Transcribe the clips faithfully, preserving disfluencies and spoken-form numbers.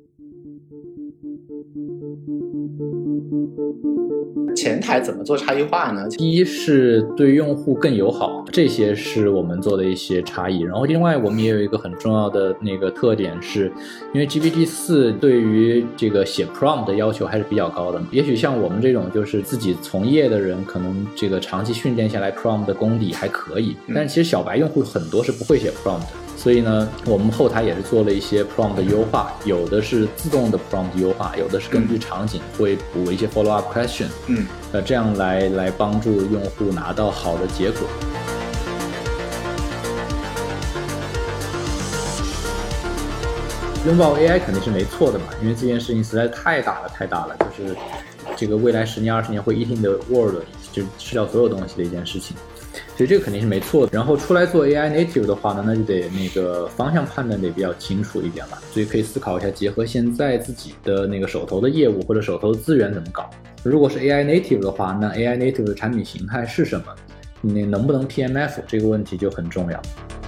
前台怎么做差异化呢？ 第一是对用户更友好，这些是我们做的一些差异。然后另外我们也有一个很重要的那个特点是，因为 G P T 四 对于这个写 prompt 的要求还是比较高的。也许像我们这种就是自己从业的人，可能这个长期训练下来 prompt 的功底还可以，但是其实小白用户很多是不会写 prompt 的。所以呢，我们后台也是做了一些 prompt 的优化，有的是自动的 prompt 优化，有的是根据场景会补一些 follow up question， 嗯，呃，这样来来帮助用户拿到好的结果。拥抱 A I 肯定是没错的嘛，因为这件事情实在太大了，太大了，就是这个未来十年、二十年会 eating the world， 就吃掉所有东西的一件事情。所以这个肯定是没错的。然后出来做 A I native 的话呢，那就得那个方向判断得比较清楚一点了。所以可以思考一下，结合现在自己的那个手头的业务或者手头的资源怎么搞。如果是 A I native 的话，那 A I native 的产品形态是什么？你能不能 P M F 这个问题就很重要。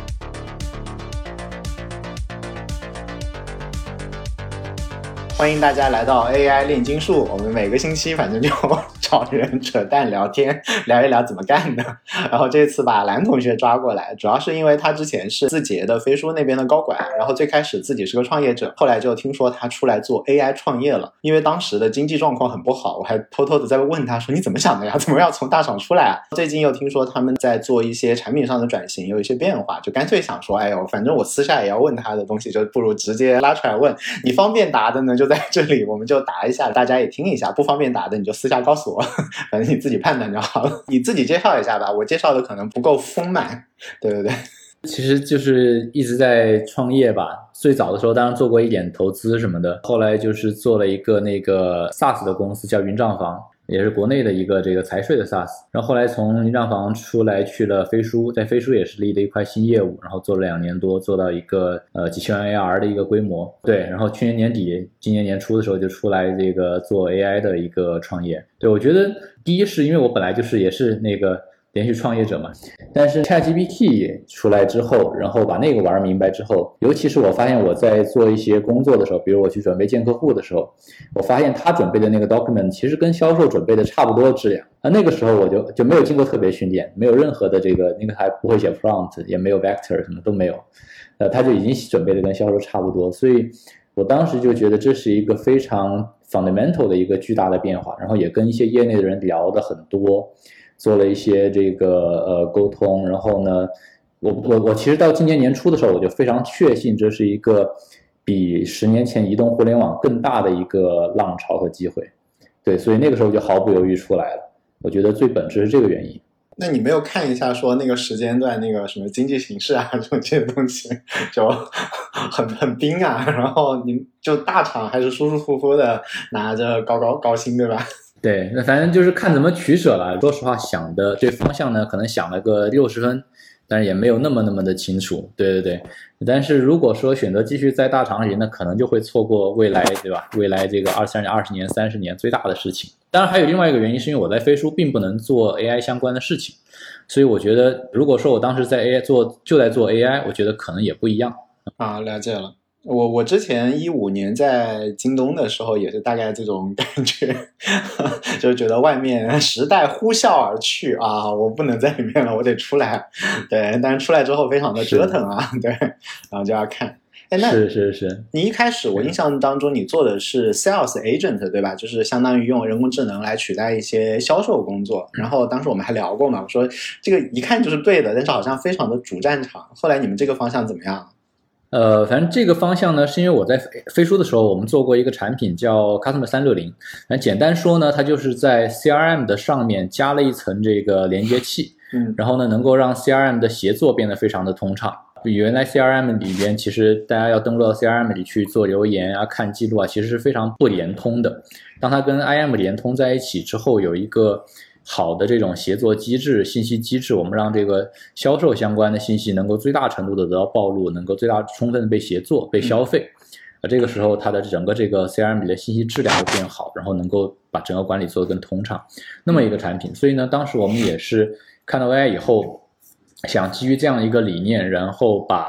欢迎大家来到 A I 炼金术，我们每个星期反正就找人扯淡聊天，聊一聊怎么干的。然后这次把蓝同学抓过来，主要是因为他之前是字节的飞书那边的高管，然后最开始自己是个创业者，后来就听说他出来做 A I 创业了。因为当时的经济状况很不好，我还偷偷的在问他说你怎么想的呀？怎么要从大厂出来啊？最近又听说他们在做一些产品上的转型，有一些变化，就干脆想说，哎呦，反正我私下也要问他的东西，就不如直接拉出来问。你方便答的呢，就在这里我们就答一下，大家也听一下，不方便答的你就私下告诉我，反正你自己判断就好了。你自己介绍一下吧，我介绍的可能不够丰满。对对对， 其实就是一直在创业吧，最早的时候当然做过一点投资什么的，后来就是做了一个那个 SaaS 的公司叫云账房，也是国内的一个这个财税的 SaaS， 然后后来从云账房出来去了飞书，在飞书也是立了一块新业务，然后做了两年多，做到一个呃几千万 A R 的一个规模。对，然后去年年底今年年初的时候就出来这个做 A I 的一个创业。对，我觉得第一是因为我本来就是也是那个连续创业者嘛，但是 ChatGPT 出来之后，然后把那个玩明白之后，尤其是我发现我在做一些工作的时候，比如我去准备见客户的时候，我发现他准备的那个 document 其实跟销售准备的差不多的质量。那那个时候我就就没有经过特别训练，没有任何的这个那个还不会写 prompt， 也没有 vector， 什么都没有，呃，他就已经准备的跟销售差不多，所以我当时就觉得这是一个非常 fundamental 的一个巨大的变化，然后也跟一些业内的人聊的很多。做了一些这个呃沟通，然后呢，我我我其实到今年年初的时候，我就非常确信这是一个比十年前移动互联网更大的一个浪潮和机会，对，所以那个时候就毫不犹豫出来了。我觉得最本质是这个原因。 那你没有看一下说那个时间段那个什么经济形势啊，这种这些东西就很很冰啊，然后你就大厂还是舒舒服服的拿着高高高薪，对吧？ 对，那反正就是看怎么取舍了。说实话，想的这方向呢，可能想了个六十分，但是也没有那么那么的清楚。对对对，但是如果说选择继续在大厂里，那可能就会错过未来，对吧？未来这个二三年、二十年、三十年最大的事情。当然还有另外一个原因，是因为我在飞书并不能做 A I 相关的事情，所以我觉得如果说我当时在 A I 做就在做 A I， 我觉得可能也不一样。 啊，了解了。我我之前一五年在京东的时候也是大概这种感觉，就觉得外面时代呼啸而去啊，我不能在里面了，我得出来。对，但是出来之后非常的折腾啊，对，然后就要看。哎，那是是是， 你一开始我印象当中你做的是 sales agent 对吧？就是相当于用人工智能来取代一些销售工作。然后当时我们还聊过嘛，我说这个一看就是对的，但是好像非常的主战场。后来你们这个方向怎么样？ 呃，反正这个方向呢，是因为我在飞书的时候，我们做过一个产品叫 Customer 三六零。那简单说呢，它就是在 C R M 的上面加了一层这个连接器，嗯，然后呢，能够让 C R M 的协作变得非常的通畅。原来 C R M 里边，其实大家要登录到 C R M 里去做留言啊、看记录啊，其实是非常不连通的。当它跟 I M 连通在一起之后，有一个好的这种协作机制、信息机制，我们让这个销售相关的信息能够最大程度的得到暴露，能够最大充分的被协作、被消费。呃，这个时候它的整个这个 C R M 里的信息质量会变好，然后能够把整个管理做得更通畅。那么一个产品，所以呢，当时我们也是看到 A I 以后，想基于这样一个理念，然后把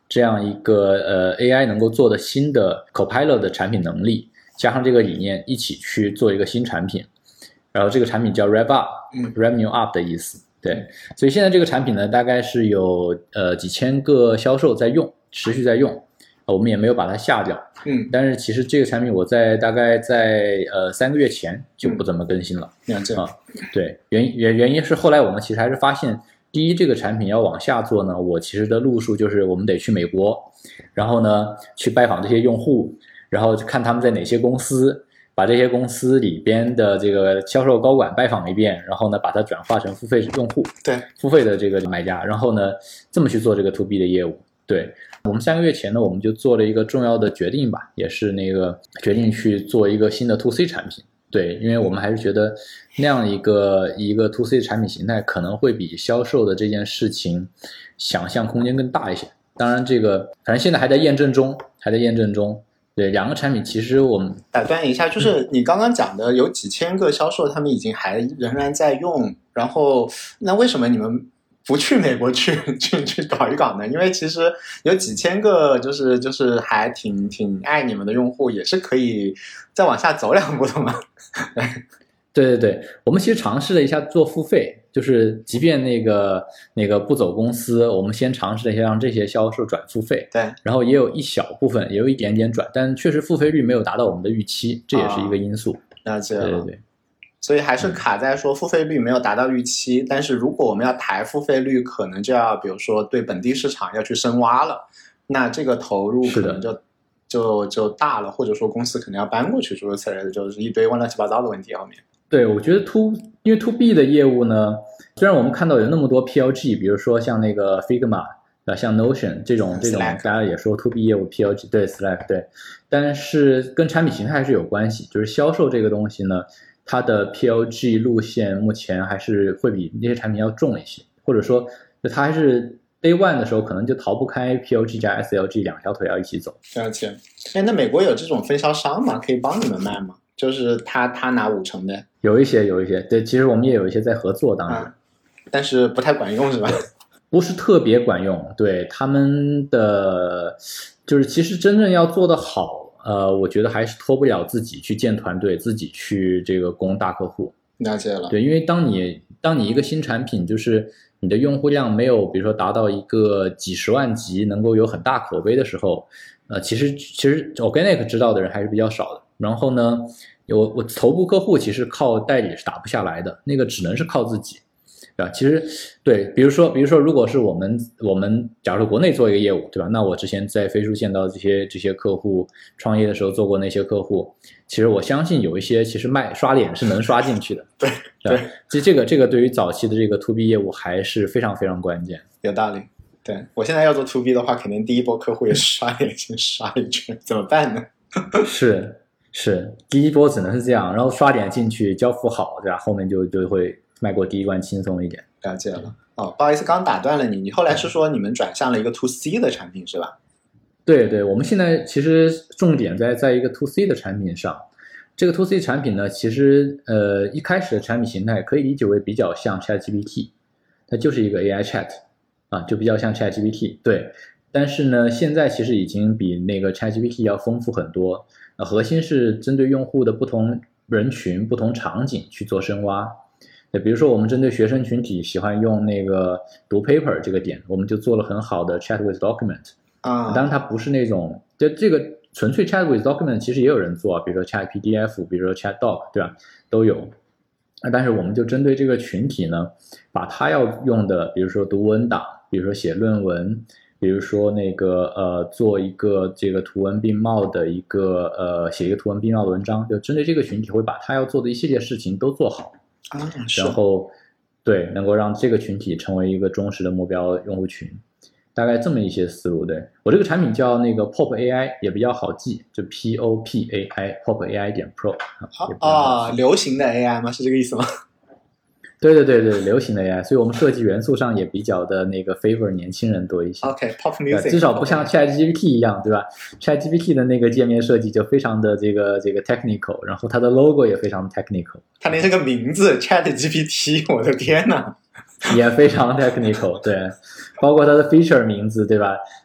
这样一个呃 A I 能够做的新的 Copilot 的产品能力，加上这个理念一起去做一个新产品，然后这个产品叫 Rev Up， 嗯 Revenue Up 的意思。对，所以现在这个产品呢，大概是有呃几千个销售在用，持续在用，我们也没有把它下掉。 嗯， 但是其实这个产品我在大概在呃三个月前就不怎么更新了。 了解啊，对，原原原因是后来我们其实还是发现，第一，这个产品要往下做呢，我其实的路数就是我们得去美国，然后呢去拜访这些用户，然后看他们在哪些公司，把这些公司里边的这个销售高管拜访一遍，然后呢把它转化成付费用户， 对， 付费的这个买家，然后呢这么去做这个 to B 的业务。对，我们三个月前呢，我们就做了一个重要的决定吧，也是那个决定去做一个新的 to C 产品。对，因为我们还是觉得那样一个一个 to C 的产品形态可能会比销售的这件事情想象空间更大一些。当然这个反正现在还在验证中，还在验证中。对，两个产品其实我们打断一下，就是你刚刚讲的有几千个销售，他们已经还仍然在用，然后那为什么你们不去美国去去去搞一搞呢？因为其实有几千个就是就是还挺挺爱你们的用户，也是可以再往下走两步的嘛。 对对对，我们其实尝试了一下做付费，就是即便那个那个不走公司，我们先尝试了一下让这些销售转付费， 对， 然后也有一小部分，也有一点点转，但确实付费率没有达到我们的预期，这也是一个因素。 了解了， 对对对。 所以还是卡在说付费率没有达到预期，嗯、但是如果我们要抬付费率，可能就要比如说对本地市场要去深挖了，那这个投入可能就就就大了，或者说公司可能要搬过去，诸如此类的，就是一堆乱七八糟的问题后面。 对，我觉得 to 因为 to B 的业务呢，虽然我们看到有那么多 P L G， 比如说像那个 Figma 啊，像 Notion 这种这种，大家也说 to B 业务 P L G， 对 Slack 对，但是跟产品形态还是有关系，就是销售这个东西呢，它的 P L G 路线目前还是会比那些产品要重一些，或者说它还是 Day One 的时候可能就逃不开 P L G 加 S L G 两条腿要一起走。 了解。哎，那美国有这种分销商吗？可以帮你们卖吗？就是他他拿五成的， 有一些有一些，对，其实我们也有一些在合作当中、啊， 但是不太管用是吧？ 不是特别管用，对他们的就是其实真正要做得好，呃，我觉得还是脱不了自己去建团队，自己去这个攻大客户。 了解了， 对，因为当你当你一个新产品，就是你的用户量没有，比如说达到一个几十万级，能够有很大口碑的时候，呃，其实其实 organic 知道的人还是比较少的。然后呢，有我头部客户其实靠代理是打不下来的，那个只能是靠自己，对吧？其实对，比如说比如说如果是我们我们假如说国内做一个业务，对吧？那我之前在飞书见到这些这些客户创业的时候做过那些客户，其实我相信有一些其实卖刷脸是能刷进去的， 对对，这这个这个对于早期的这个 to B 业务还是非常非常关键。 有道理。对，我现在要做 to B 的话，肯定第一波客户也刷脸先刷一圈，怎么办呢？ 是。是第一波只能是这样，然后刷点进去，交付好，对吧？后面就就会迈过第一关轻松一点。 了解了。哦，不好意思，刚打断了你。你后来是说你们转向了一个 to C 的产品是吧？ 对对，我们现在其实重点在在一个 to C 的产品上。这个 to C 产品呢，其实呃一开始的产品形态可以理解为比较像 ChatGPT， 它就是一个 A I Chat 啊，就比较像 ChatGPT。对，但是呢，现在其实已经比那个 ChatGPT 要丰富很多。呃，核心是针对用户的不同人群、不同场景去做深挖。那比如说，我们针对学生群体喜欢用那个读 paper 这个点，我们就做了很好的 chat with document 啊。 当然，它不是那种，就这个纯粹 chat with document 其实也有人做，比如说 chat P D F， 比如说 chat doc， 对吧？都有。但是我们就针对这个群体呢，把它要用的，比如说读文档，比如说写论文。比如说那个呃，做一个这个图文并茂的一个呃，写一个图文并茂的文章，就针对这个群体，会把他要做的一系列事情都做好， 啊， 然后对，能够让这个群体成为一个忠实的目标用户群，大概这么一些思路。对，我这个产品叫那个 Pop A I， 也比较好记，就 P O P A I Pop A I 点 Pro 啊，流行的 A I 吗？是这个意思吗？ 对对对对，流行的 A I， 所以我们设计元素上也比较的那个 favor 年轻人多一些。 OK，Pop Music， 至少不像 ChatGPT 一样，对吧 ？ChatGPT 的那个界面设计就非常的这个这个 technical， 然后它的 logo 也非常 technical。 它连这个名字 ChatGPT， 我的天哪， 也非常 technical， 对，包括它的 feature 名字，对吧？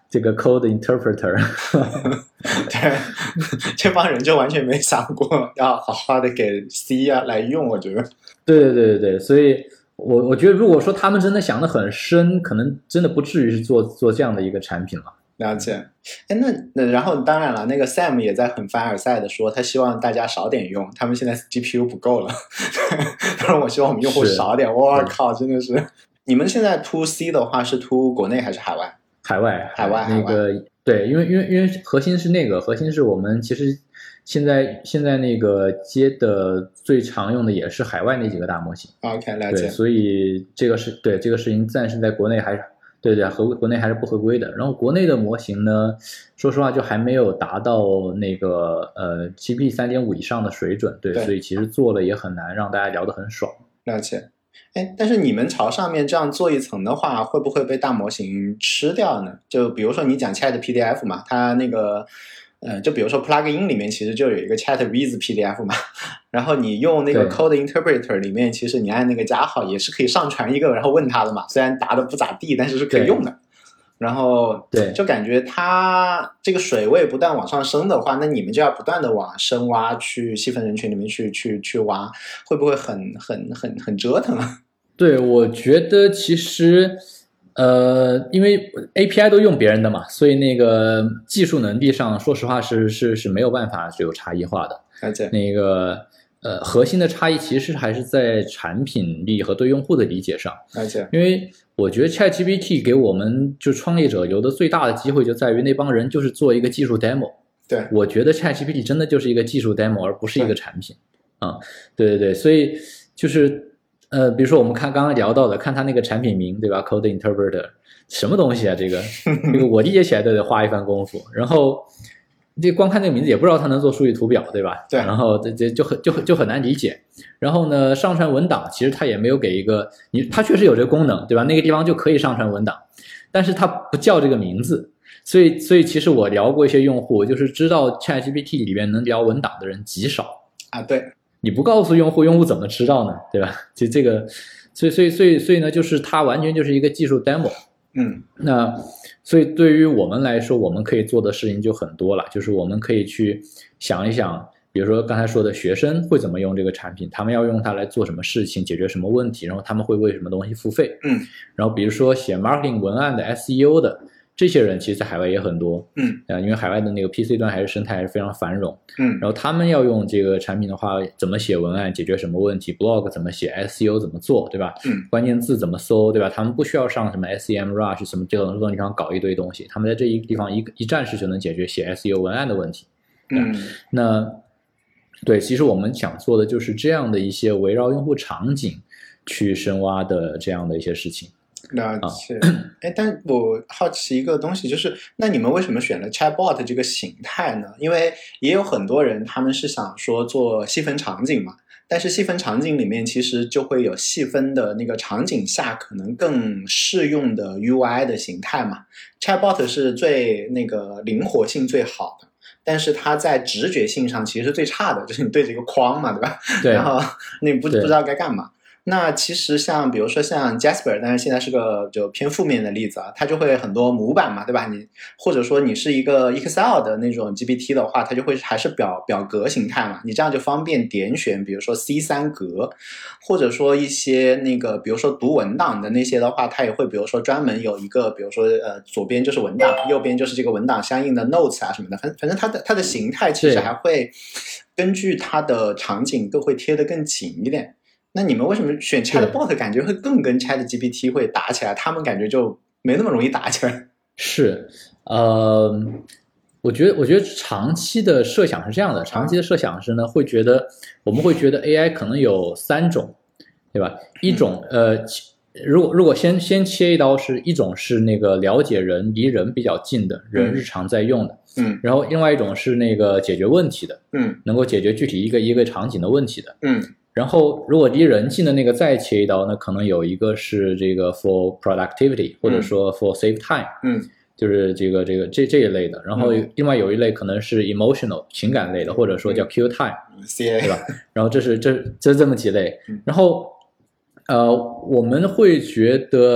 这个 code interpreter 对，这帮人就完全没想过要好好的给 C 啊来用，我觉得。 对对对对对，所以我我觉得如果说他们真的想得很深，可能真的不至于是做做这样的一个产品了。 了解。哎，那那然后当然了，那个 Sam 也在很凡尔赛的说，他希望大家少点用，他们现在 G P U 不够了。当然我希望我们用户少点。我靠，真的是。你们现在 to C 的话是 to 国内还是海外？ 海外， 海外， 那个对，因为因为因为核心是那个核心是我们其实现在现在那个接的最常用的也是海外那几个大模型。 OK， 了解。 对，所以这个是对这个事情暂时在国内还是。对对，合国内还是不合规的。然后国内的模型呢，说实话就还没有达到那个呃 G P T 三点五 以上的水准，对， 对， 所以其实做了也很难让大家聊得很爽。 了解。哎，但是你们朝上面这样做一层的话，会不会被大模型吃掉呢？就比如说你讲 Chat P D F 嘛，它那个呃，就比如说 plugin 里面其实就有一个 Chat with P D F 嘛，然后你用那个 Code Interpreter 里面，其实你按那个加号也是可以上传一个，然后问他的嘛，虽然答的不咋地，但是是可以用的。然后对， 就感觉它这个水位不断往上升的话，那你们就要不断的往深挖，去细分人群里面去去去挖，会不会很很很很折腾啊？ 对，我觉得其实。呃，因为 A P I 都用别人的嘛，所以那个技术能力上，说实话是是是没有办法有差异化的。 了解。 那个呃，核心的差异其实还是在产品力和对用户的理解上。 了解。 因为我觉得 ChatGPT 给我们就创业者留的最大的机会就在于那帮人就是做一个技术 demo。 对， 我觉得 ChatGPT 真的就是一个技术 demo， 而不是一个产品。啊、嗯，对对对，所以就是。呃，比如说我们看刚刚聊到的，看它那个产品名，对吧 ？Code Interpreter， 什么东西啊？这个，这个我理解起来都得花一番功夫。然后，这光看这个名字也不知道它能做数据图表，对吧？ 对。 然后这这就很就很就很难理解。然后呢，上传文档其实它也没有给一个你，它确实有这个功能，对吧？那个地方就可以上传文档，但是它不叫这个名字。所以，所以其实我聊过一些用户，就是知道 ChatGPT 里面能聊文档的人极少啊。对。 你不告诉用户，用户怎么知道呢？对吧？就这个，所以所以所以所以呢，就是它完全就是一个技术 demo。 嗯， 那所以对于我们来说，我们可以做的事情就很多了，就是我们可以去想一想，比如说刚才说的学生会怎么用这个产品，他们要用它来做什么事情，解决什么问题，然后他们会为什么东西付费。 嗯， 然后比如说写 marketing 文案的 S E O 的。这些人其实在海外也很多， 嗯， 呃，因为海外的那个 P C 端还是生态还是非常繁荣， 嗯， 然后他们要用这个产品的话，怎么写文案，解决什么问题 ，blog 怎么写 ，S E O 怎么做，对吧？ 嗯， 关键字怎么搜，对吧？他们不需要上什么 S E M Rush 什么这种这种地方搞一堆东西，他们在这一地方一一站式就能解决写 S E O 文案的问题。 嗯， 那对，其实我们想做的就是这样的一些围绕用户场景去深挖的这样的一些事情。 了解。哎，但我好奇一个东西，就是那你们为什么选了 Chatbot 这个形态呢？因为也有很多人他们是想说做细分场景嘛，但是细分场景里面其实就会有细分的那个场景下可能更适用的 U I 的形态嘛。Chatbot 是最那个灵活性最好的，但是它在直觉性上其实是最差的，就是你对着一个框嘛，对吧？ 对。 然后你不不知道该干嘛。那其实像比如说像 Jasper， 但是现在是个就偏负面的例子啊，它就会很多模板嘛，对吧？你或者说你是一个 Excel 的那种 G P T 的话，它就会还是表表格形态嘛，你这样就方便点选，比如说 C 三 格，或者说一些那个比如说读文档的那些的话，它也会比如说专门有一个，比如说呃左边就是文档，右边就是这个文档相应的 notes 啊什么的，反反正它的它的形态其实还会根据它的场景都会贴得更紧一点。那你们为什么选 Chatbot 感觉会更跟 ChatGPT 会打起来，他们感觉就没那么容易打起来？ 是，呃，我觉得我觉得长期的设想是这样的，长期的设想是呢，会觉得我们会觉得 A I 可能有三种，对吧？一种呃，如果如果先先切一刀，是一种是那个了解人离人比较近的人日常在用的， 嗯， 然后另外一种是那个解决问题的， 嗯， 能够解决具体一个一个场景的问题的， 嗯。 然后如果离人近的那个再切一刀，那可能有一个是这个 for productivity， 或者说 for save time， 嗯， 就是这个这个这这一类的。然后另外有一类可能是 emotional 情感类的，或者说叫 kill time， 对吧？然后这是这这这么几类。然后呃，我们会觉得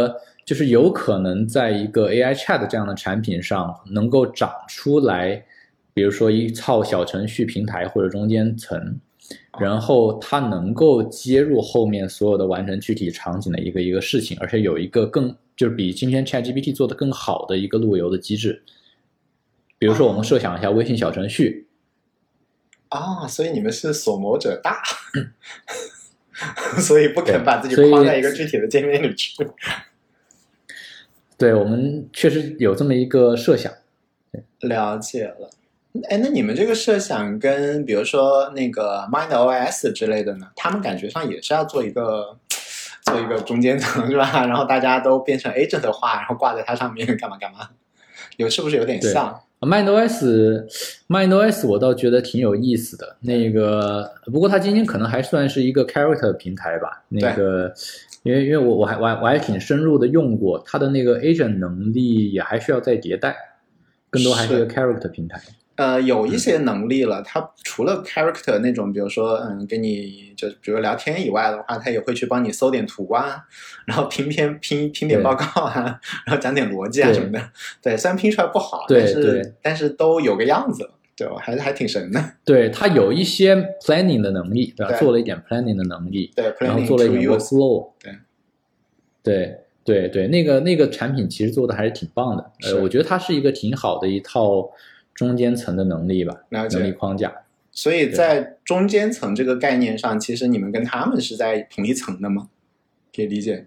就是有可能在一个 A I Chat 这样的产品上能够长出来，比如说一套小程序平台或者中间层，然后它能够接入后面所有的完成具体场景的一个一个事情，而且有一个更就是比今天 ChatGPT 做的更好的一个路由的机制。比如说我们设想一下微信小程序啊，所以你们是所谋者大，所以不肯把自己框在一个具体的界面里去。 对，我们确实有这么一个设想。 了解了。哎，那你们这个设想跟比如说那个 MindOS 之类的呢，他们感觉上也是要做一个做一个中间层是吧？然后大家都变成 agent 化，然后挂在它上面干嘛干嘛，有是不是有点像？ MindOS MindOS 我倒觉得挺有意思的，那个不过它今天可能还算是一个 character 平台吧，那个因为因为我我还我还我还挺深入的用过它的那个 agent 能力，也还需要再迭代，更多还是一个 character 平台。 呃，有一些能力了，它除了 character 那种，比如说，嗯，跟你就比如聊天以外的话，它也会去帮你搜点图啊，然后拼篇拼拼点报告啊，然后讲点逻辑啊什么的。对，虽然拼出来不好，但是但是都有个样子，对吧？还还挺神的。 对，它有一些 planning 的能力，对吧？做了一点 planning 的能力， 对， 然后做了一点 workflow， 对， 对。对对，那个那个产品其实做的还是挺棒的，呃，我觉得它是一个挺好的一套中间层的能力吧，能力框架。 所以在中间层这个概念上，其实你们跟他们是在同一层的吗？可以理解？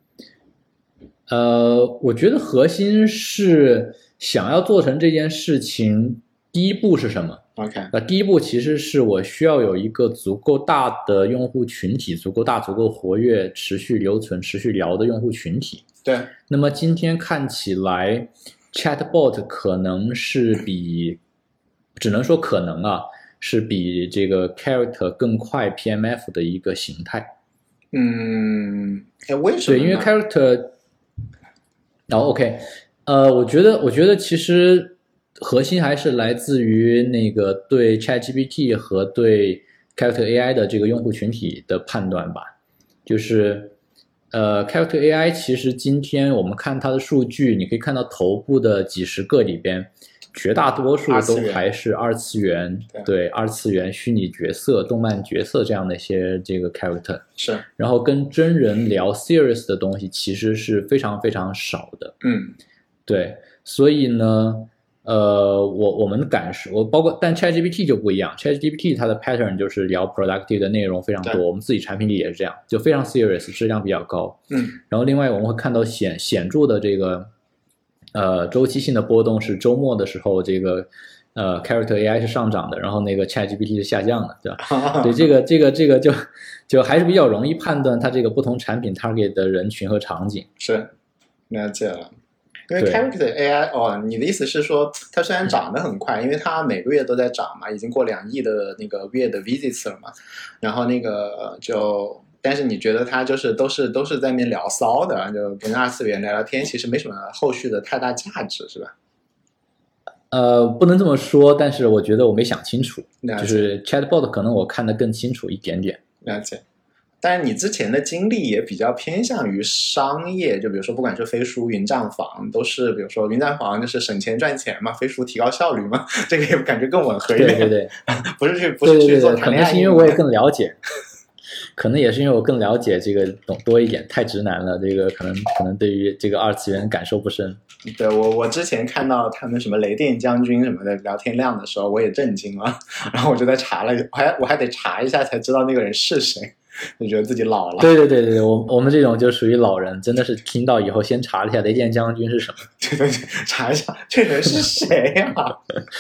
呃，我觉得核心是想要做成这件事情，第一步是什么 ？OK， 那第一步其实是我需要有一个足够大的用户群体，足够大、足够活跃、持续留存、持续聊的用户群体。 对。 那么今天看起来 ，Chatbot 可能是比，只能说可能啊，是比这个 Character 更快 P M F 的一个形态。 嗯，哎，为什么？ 对，因为 Character， 然后 OK， 呃，我觉得，我觉得其实核心还是来自于那个对 ChatGPT 和对 Character A I 的这个用户群体的判断吧。就是呃 Character A I 其实今天我们看它的数据，你可以看到头部的几十个里边，绝大多数都还是二次元，对, 对二次元虚拟角色、动漫角色这样的一些这个 character。 是， 然后跟真人聊 serious 的东西其实是非常非常少的。 嗯， 对，所以呢，呃，我我们的感受，我包括但 ChatGPT 就不一样 ，ChatGPT 它的 pattern 就是聊 productive 的内容非常多，我们自己产品里也是这样，就非常 serious， 质量比较高。 嗯， 然后另外我们会看到显显著的这个。呃，周期性的波动是周末的时候，这个呃 Character A I 是上涨的，然后那个 ChatGPT 是下降的，对吧？对，这个这个这个就就还是比较容易判断它这个不同产品 target 的人群和场景。 是，了解了。因为 Character A I 哦，你的意思是说，它虽然涨得很快，因为它每个月都在涨嘛，已经过两亿的那个月的 visits 了嘛，然后那个就。但是你觉得他就是都是都是在那边聊骚的，就跟二次元聊聊天，其实没什么后续的太大价值，是吧？ 呃，不能这么说，但是我觉得我没想清楚，就是 Chatbot 可能我看得更清楚一点点。 了解。但是你之前的经历也比较偏向于商业，就比如说不管是飞书、云账房，都是比如说云账房就是省钱赚钱嘛，飞书提高效率嘛，这个也感觉更吻合一点。 对对对， 不是去不是去做谈恋爱， 可能是因为我也更了解。可能也是因为我更了解这个懂多一点，太直男了，这个可能可能对于这个二次元感受不深。 对，我我之前看到他们什么雷电将军什么的聊天量的时候，我也震惊了，然后我就在查了，我还我还得查一下才知道那个人是谁，就觉得自己老了。 对对对对，我我们这种就属于老人，真的是听到以后先查了一下雷电将军是什么。 对对对，查一下这人是谁呀、啊？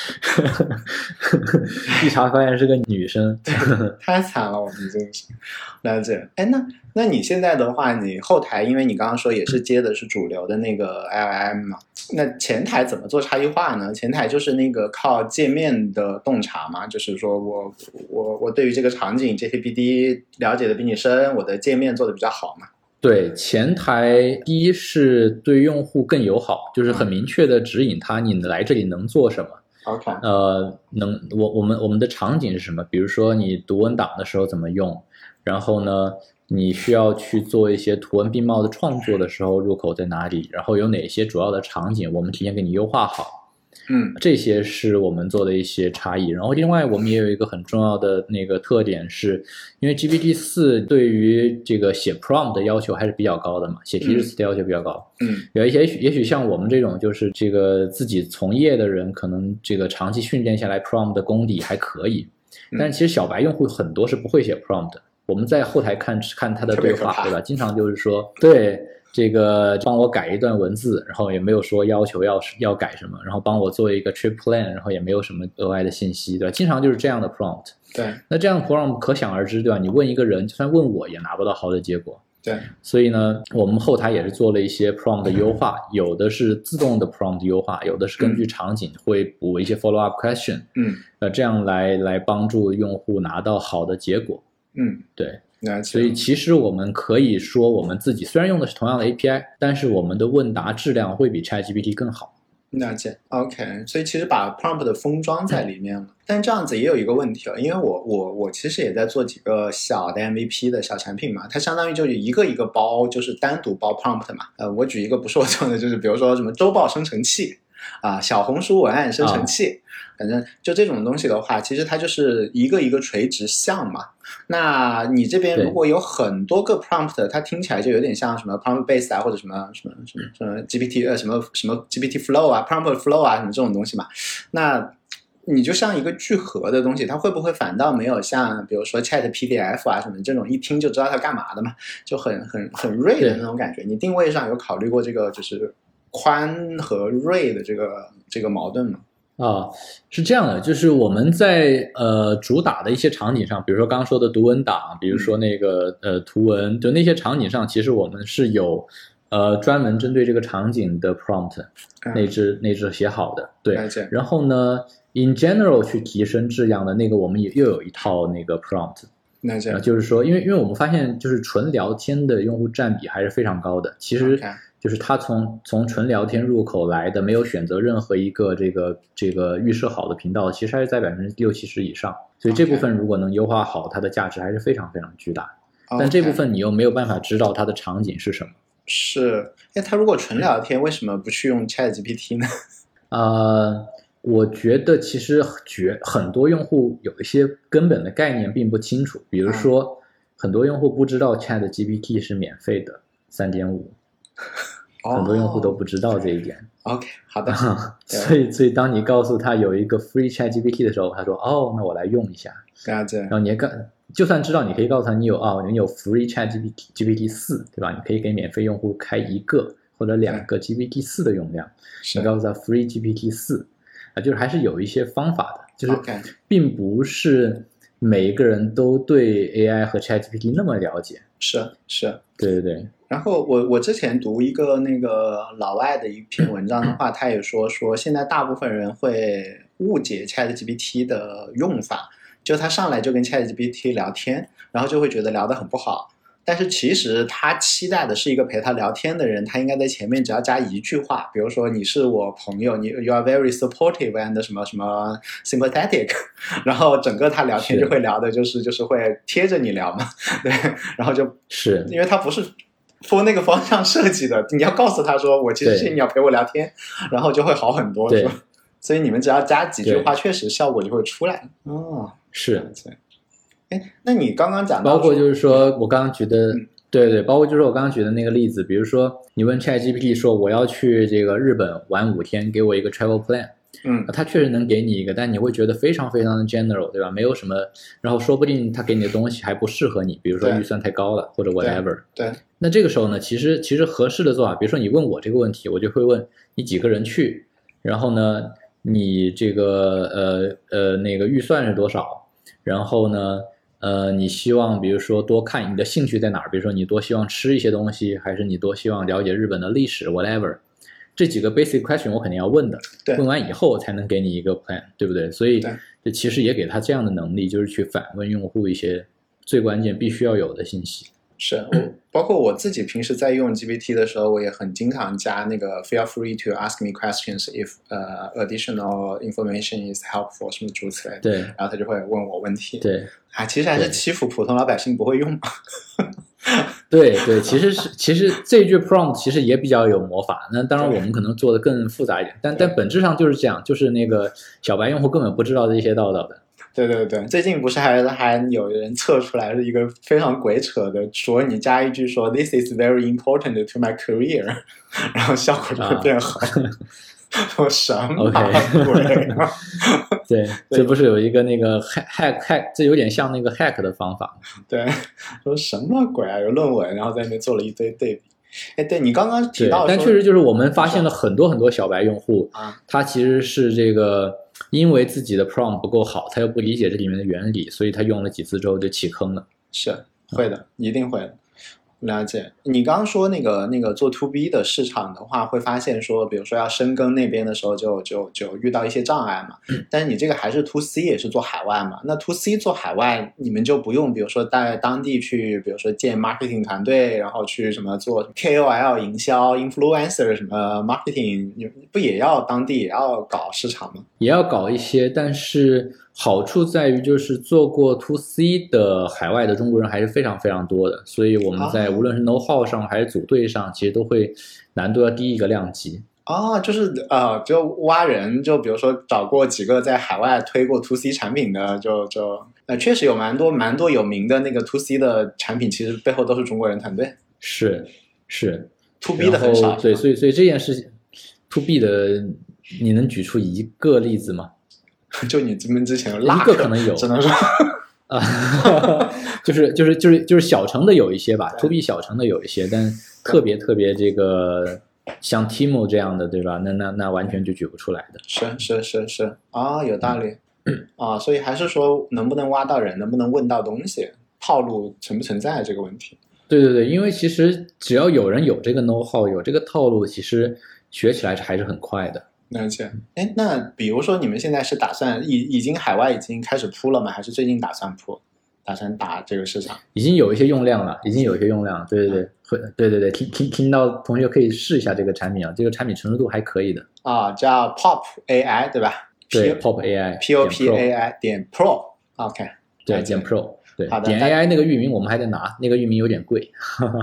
一查发现是个女生， 太惨了，我们真是。了解。哎，那那你现在的话，你后台，因为你刚刚说也是接的是主流的那个 L L M 嘛，那前台怎么做差异化呢？前台就是那个靠界面的洞察嘛，就是说我我我对于这个场景 J K P D 了解的比你深，我的界面做的比较好嘛。 对，前台第一是对用户更友好，就是很明确的指引他你来这里能做什么。 OK， 呃，能我我们我们的场景是什么？比如说你读文档的时候怎么用，然后呢， 你需要去做一些图文并茂的创作的时候，入口在哪里，然后有哪些主要的场景，我们提前给你优化好。 嗯， 这些是我们做的一些差异。然后另外我们也有一个很重要的那个特点是，因为 G P T 四 对于这个写 prompt 的要求还是比较高的嘛，写提示词的要求比较高。 嗯， 有一些也许也许像我们这种就是这个自己从业的人，可能这个长期训练下来 prompt 的功底还可以，但是其实小白用户很多是不会写 prompt 的。我们在后台看看他的对话，对吧？经常就是说，对。这个帮我改一段文字，然后也没有说要求要要改什么，然后帮我做一个 trip plan， 然后也没有什么额外的信息，对吧？经常就是这样的 prompt。 对， 那这样的 prompt 可想而知，对吧？你问一个人，就算问我也拿不到好的结果。 对， 所以呢，我们后台也是做了一些 prompt 的优化，有的是自动的 prompt 优化，有的是根据场景会补一些 follow up question， 嗯， 呃，这样来来帮助用户拿到好的结果。 嗯， 对。所以其实我们可以说，我们自己虽然用的是同样的 A P I， 但是我们的问答质量会比 ChatGPT 更好。 了解 ，OK， 所以其实把 prompt 的封装在里面了，嗯、但这样子也有一个问题了，因为我我我其实也在做几个小的 M V P 的小产品嘛，它相当于就是一个一个包，就是单独包 prompt 嘛。呃，我举一个不是我做的，就是比如说什么周报生成器啊、小红书文案生成器。啊反正就这种东西的话，其实它就是一个一个垂直项嘛。那你这边如果有很多个 prompt， 它听起来就有点像什么 prompt base 啊，或者什么什么什么什么 G P T 呃什么什么 G P T flow 啊 prompt flow 啊什么这种东西嘛。那你就像一个聚合的东西，它会不会反倒没有像比如说 Chat P D F 啊什么这种一听就知道它干嘛的嘛，就很很很锐的那种感觉。你定位上有考虑过这个就是宽和锐的这个这个矛盾吗？ 啊，是这样的，就是我们在呃主打的一些场景上，比如说刚刚说的读文档，比如说那个呃图文，就那些场景上，其实我们是有呃专门针对这个场景的 prompt 内置内置写好的，对。然后呢 ，in general 去提升质量的那个，我们也又有一套那个 prompt。 那这样就是说，因为因为我们发现，就是纯聊天的用户占比还是非常高的。其实就是他从从纯聊天入口来的，没有选择任何一个这个这个预设好的频道，其实还是在百分之六七十以上。所以这部分如果能优化好，它的价值还是非常非常巨大。但这部分你又没有办法知道它的场景是什么。 是，哎，他如果纯聊天，为什么不去用 ChatGPT 呢？ 呃。我觉得其实绝很多用户有一些根本的概念并不清楚，比如说、嗯、很多用户不知道 ChatGPT 是免费的 三点五， 很多用户都不知道这一点。 OK， 好的。 所以所以当你告诉他有一个 free ChatGPT 的时候，他说哦，那我来用一下。然后你也干，就算知道，你可以告诉他你有哦，你有 free ChatGPT G P T 四，对吧？你可以给免费用户开一个或者两个 G P T 四的用量，你告诉他 free G P T 四。啊，就是还是有一些方法的，就是并不是每一个人都对 A I 和 ChatGPT 那么了解。 是是， 对对对。 然后我我之前读一个那个老外的一篇文章的话，他也说说现在大部分人会误解 ChatGPT 的用法，就他上来就跟 ChatGPT 聊天，然后就会觉得聊得很不好。但是其实他期待的是一个陪他聊天的人，他应该在前面只要加一句话，比如说你是我朋友，你 you are very supportive and 什么什么 sympathetic， 然后整个他聊天就会聊的就是就是会贴着你聊嘛，对，然后就是因为他不是for那个方向设计的，你要告诉他说我其实是你要陪我聊天，然后就会好很多， 对， 所以你们只要加几句话，确实效果就会出来。哦， 是。 哎，那你刚刚讲到， 包括就是说我刚刚举的，嗯、对对，包括就是我刚刚举的那个例子，比如说你问 ChatGPT 说我要去这个日本玩五天，给我一个 travel plan， 嗯， 他确实能给你一个，但你会觉得非常非常的 general， 对吧？没有什么，然后说不定他给你的东西还不适合你，比如说预算太高了或者 whatever。 对。对， 那这个时候呢，其实其实合适的做法，比如说你问我这个问题，我就会问你几个人去，然后呢，你这个呃呃那个预算是多少，然后呢。呃，你希望比如说多看你的兴趣在哪儿？比如说你多希望吃一些东西，还是你多希望了解日本的历史 ，whatever， 这几个 basic question 我肯定要问的。 对， 问完以后才能给你一个 plan， 对不对？所以这其实也给他这样的能力，就是去反问用户一些最关键必须要有的信息。 是，我包括我自己平时在用 G P T 的时候，我也很经常加那个 feel free to ask me questions if 呃、uh, additional information is helpful 什么诸如此类的。 对， 然后他就会问我问题。 对， 啊，其实还是欺负普通老百姓不会用嘛。 对对，其实是其实这句 prompt 其实也比较有魔法。那当然我们可能做的更复杂一点，但但本质上就是这样，就是那个小白用户根本不知道这些道道的。 对对对，最近不是还还有人测出来是一个非常鬼扯的，说你加一句说 This is very important to my career， 然后效果就会变好。说、啊、什么鬼、啊？ 对，这不是有一个那个 hack hack hack， 这有点像那个 hack 的方法。 对，说什么鬼啊？有论文，然后在那边做了一堆对比。哎，对你刚刚提到， 但确实就是我们发现了很多很多小白用户，啊、他其实是这个因为自己的 prompt 不够好，他又不理解这里面的原理，所以他用了几次之后就弃坑了。 是会的，嗯、一定会的。了解，你刚刚说那个那个做 to B 的市场的话，会发现说，比如说要深耕那边的时候就，就就就遇到一些障碍嘛。但是你这个还是 to C， 也是做海外嘛。那 to C 做海外，你们就不用，比如说在当地去，比如说建 marketing 团队，然后去什么做 K O L 营销、influencer 什么 marketing， 你不也要当地也要搞市场吗？ 也要搞一些，但是好处在于就是做过 to C 的海外的中国人还是非常非常多的，所以我们在无论是 know how 上还是组队上，其实都会难度要低一个量级。 啊、哦，就是呃，就挖人，就比如说找过几个在海外推过 to C 产品的，就就呃，确实有蛮多蛮多有名的那个 to C 的产品，其实背后都是中国人团队。 是是 to B 的很少。 对，所以所以这件事情 to B 的，你能举出一个例子吗？ 就你们之前有拉一个可能有， 只能说啊，就是就是就是就是小城的有一些吧 ，to B 小城的有一些，但特别特别这个像 Timo 这样的，对吧？那那那完全就举不出来的。 是是是是啊，有道理、嗯、啊，所以还是说能不能挖到人，能不能问到东西，套路存不存在这个问题。 对对对，因为其实只要有人有这个 know how， 有这个套路，其实学起来还是很快的。 了解。哎，那比如说你们现在是打算已已经海外已经开始铺了吗？还是最近打算铺？打算打这个市场？ 已经有一些用量了，已经有一些用量了。对对对，会、嗯，对对对，听听听到同学可以试一下这个产品啊，这个产品成熟度还可以的。 啊，叫 Pop A I 对吧？ 对 ，Pop A I，P O P A I 点 Pro。OK， 对，点 Pro。对， 好的。 点 A I 那个域名我们还得拿，那个域名有点贵。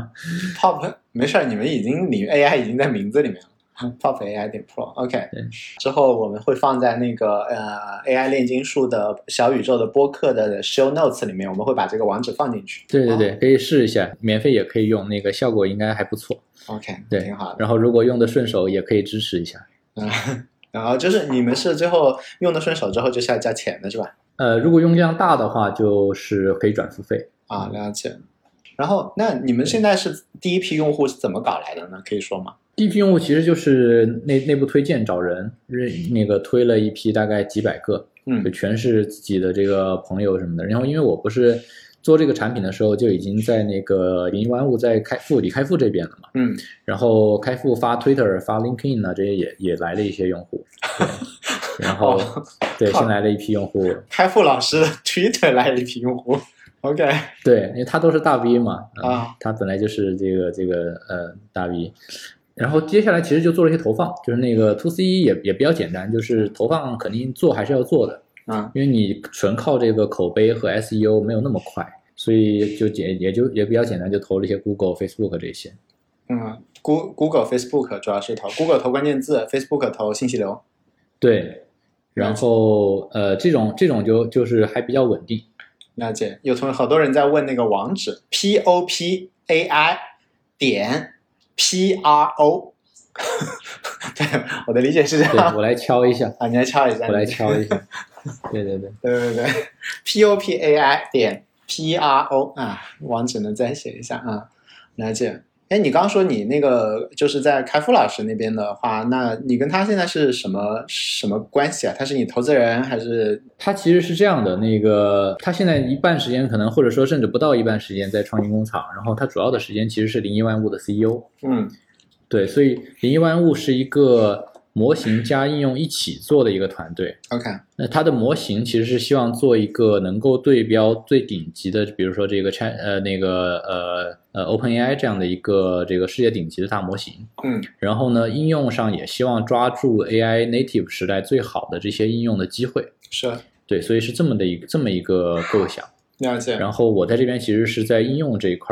Pop 没事，你们已经你 A I 已经在名字里面了。Pop A I 点 Pro，OK，、okay. 之后我们会放在那个呃 A I 炼金术的小宇宙的播客的 show notes 里面，我们会把这个网址放进去。 对对对，可以试一下，免费也可以用，那个效果应该还不错。 OK， 对， 挺好的。 然后如果用的顺手，也可以支持一下。 嗯，然后就是你们是最后用的顺手之后就是要交钱的是吧？ 呃，如果用量大的话，就是可以转付费。 啊，了解。然后那你们现在是第一批用户是怎么搞来的呢？可以说吗？ 第一批用户其实就是内内部推荐找人，那个推了一批大概几百个， 嗯， 就全是自己的这个朋友什么的。然后因为我不是做这个产品的时候就已经在那个零一万物在开富李开复这边了嘛， 嗯， 然后开复发 Twitter 发 LinkedIn 啊这些也也来了一些用户，对，然后、哦、对新来了一批用户， 开复老师的 Twitter 来了一批用户。OK， 对，因为他都是大 V 嘛， 嗯、啊， 他本来就是这个这个呃大 V。然后接下来其实就做了一些投放，就是那个 to C 也也比较简单，就是投放肯定做还是要做的， 嗯， 因为你纯靠这个口碑和 S E O 没有那么快，所以就也也就也比较简单，就投了一些 Google、Facebook 这些。 嗯 ，Google、Facebook 主要是投 Google 投关键字 ，Facebook 投信息流。 对，然后呃这种这种就就是还比较稳定。 了解，有同好多人在问那个网址 P O P A I 点。P R O 对，我的理解是这样。 对，我来敲一下啊，你来敲一下， 我来敲一下。对对对， 对对对 ，P O P A I 点 P R O 啊，网址能再写一下啊，了解。哎，你刚刚说你那个就是在开复老师那边的话，那你跟他现在是什么什么关系啊？他是你投资人还是？ 他其实是这样的，那个他现在一半时间可能或者说甚至不到一半时间在创新工厂，然后他主要的时间其实是零一万物的 C E O。 嗯， 对，所以零一万物是一个模型加应用一起做的一个团队。 OK， 那它的模型其实是希望做一个能够对标最顶级的，比如说这个 Chat 呃那个呃呃 OpenAI 这样的一个这个世界顶级的大模型。 嗯， 然后呢，应用上也希望抓住 A I native 时代最好的这些应用的机会。 是， 对，所以是这么的一个这么一个构想。 了解。 然后我在这边其实是在应用这一块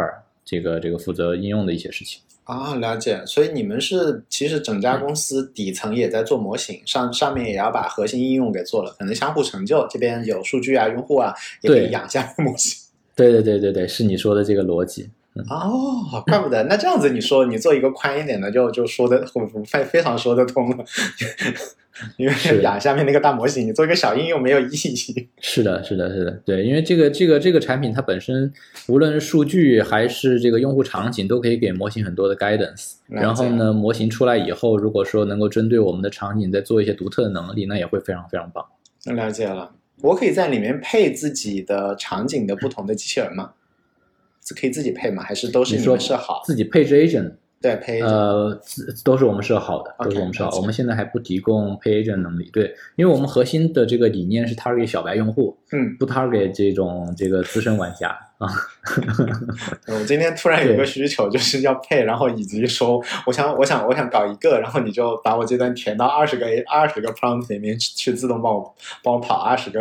这个这个负责应用的一些事情。 啊，了解。所以你们是其实整家公司底层也在做模型，上上面也要把核心应用给做了，可能相互成就，这边有数据啊，用户啊，也可以养下模型。 对对对对对，是你说的这个逻辑。嗯、 哦，怪不得。那这样子你说你做一个宽一点的，就就说的非非常说得通了。因为养下面那个大模型，你做一个小应用没有意义。 是的，是的，是的，对，因为这个这个这个产品它本身，无论是数据还是这个用户场景，都可以给模型很多的 guidance。然后呢，模型出来以后，如果说能够针对我们的场景再做一些独特的能力，那也会非常非常棒。 了解了。我可以在里面配自己的场景的不同的机器人吗？可以自己配吗？还是都是你们设好？ 自己配置 agent。 对，配 agent 呃，都是我们设好的， okay, 都是我们设好。我们现在还不提供配 agent 能力，对，因为我们核心的这个理念是 target 小白用户， 嗯， 不 target 这种这个资深玩家啊。 我今天突然有一个需求，就是要配，然后以及说，我想，我想，我想搞一个，然后你就把我这段填到二十个二十个 prompt 里面去，自动帮我帮我跑二十个。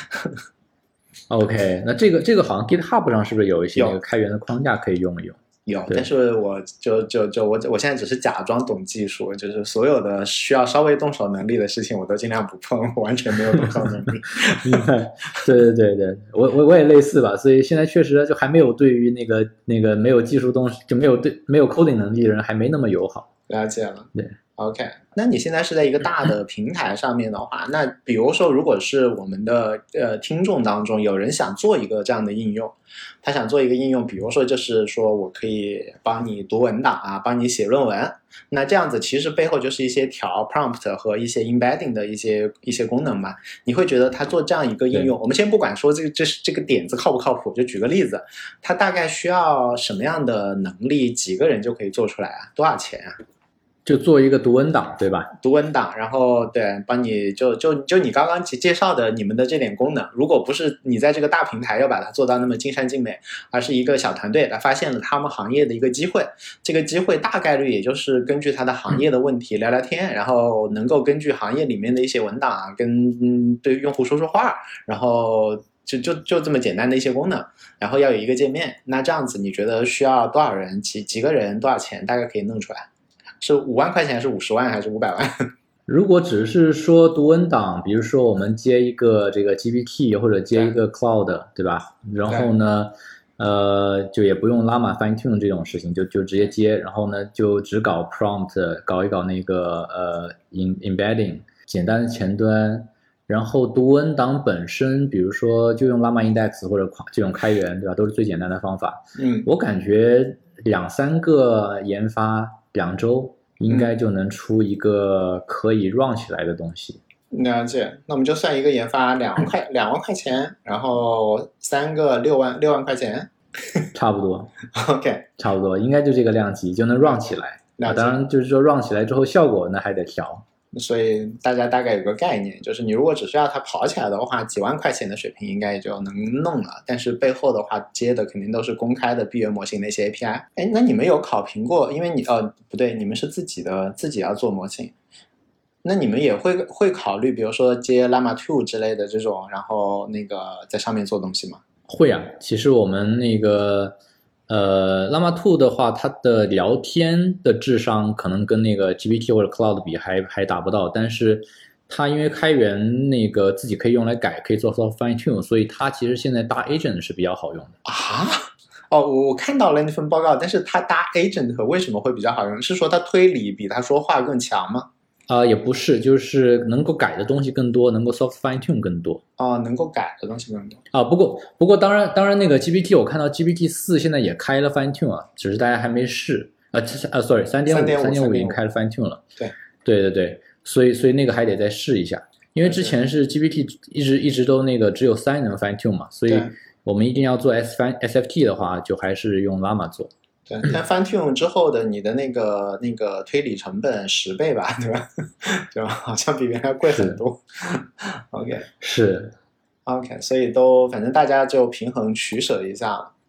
OK， 那这个这个好像 GitHub 上是不是有一些那个开源的框架可以用一用？ 有，但是我就就就我我现在只是假装懂技术，就是所有的需要稍微动手能力的事情，我都尽量不碰，我完全没有动手能力。 对对对对，我我我也类似吧，所以现在确实就还没有对于那个那个没有技术动就没有对没有 coding 能力的人还没那么友好。 了解了， 对。 OK， 那你现在是在一个大的平台上面的话，那比如说，如果是我们的呃听众当中有人想做一个这样的应用，他想做一个应用，比如说就是说我可以帮你读文档啊，帮你写论文，那这样子其实背后就是一些调 prompt 和一些 embedding 的一些一些功能嘛。你会觉得他做这样一个应用，我们先不管说这个这是这个点子靠不靠谱，就举个例子，他大概需要什么样的能力，几个人就可以做出来啊？多少钱啊？ 就做一个读文档，对吧？ 读文档，然后对，帮你就就就你刚刚介绍的你们的这点功能，如果不是你在这个大平台要把它做到那么尽善尽美，而是一个小团队来发现了他们行业的一个机会，这个机会大概率也就是根据他的行业的问题聊聊天，然后能够根据行业里面的一些文档啊，跟嗯对用户说说话，然后就就就这么简单的一些功能，然后要有一个界面，那这样子你觉得需要多少人，几几个人，多少钱，大概可以弄出来？是五万块钱还是五十万还是五百万？ 如果只是说读文档，比如说我们接一个这个 G P T 或者接一个 Cloud， 对吧？然后呢，呃，就也不用 Llama fine tune 这种事情，就就直接接，然后呢就只搞 prompt， 搞一搞那个呃 embedding 简单的前端，然后读文档本身，比如说就用 Llama Index 或者这种开源，对吧？都是最简单的方法。 嗯， 我感觉两三个研发。两周应该就能出一个可以 run 起来的东西。 了解，那我们就算一个研发两万块，两万块钱，然后三个六万六万块钱， 差不多。 OK， 差不多，应该就这个量级就能 run 起来。啊，当然就是说 run 起来之后效果那还得调。 所以大家大概有个概念，就是你如果只需要它跑起来的话，几万块钱的水平应该也就能弄了。但是背后的话接的肯定都是公开的闭源模型的一些 A P I。哎，那你们有考评过？因为你呃不对，你们是自己的自己要做模型，那你们也会会考虑，比如说接 Llama 二之类的这种，然后那个在上面做东西吗？ 会啊，其实我们那个。呃 ，Llama 二的话，它的聊天的智商可能跟那个 G P T 或者 Cloud 比还还达不到，但是它因为开源那个自己可以用来改，可以做 soft fine tune， 所以它其实现在搭 agent 是比较好用的啊。哦，我看到了那份报告，但是它搭 agent 为什么会比较好用？是说它推理比它说话更强吗？ 啊、呃，也不是，就是能够改的东西更多，能够 soft fine tune 更多。 哦，能够改的东西更多啊。不过，不过当然，当然那个 G P T 我看到 G P T 四现在也开了 fine tune 啊，只是大家还没试啊。啊 ，sorry， 三点五，三点五已经开了 fine tune 了。 对， 对对对，所以所以那个还得再试一下，因为之前是 G P T 一直一直都那个只有三能 fine tune 嘛，所以我们一定要做 S F T 的话，就还是用 Llama 做。 对，但 fine tune 之后的你的那个那个推理成本十倍吧，对吧？对吧？好像比原来贵很多。OK， 是 OK， 所以都反正大家就平衡取舍一下了。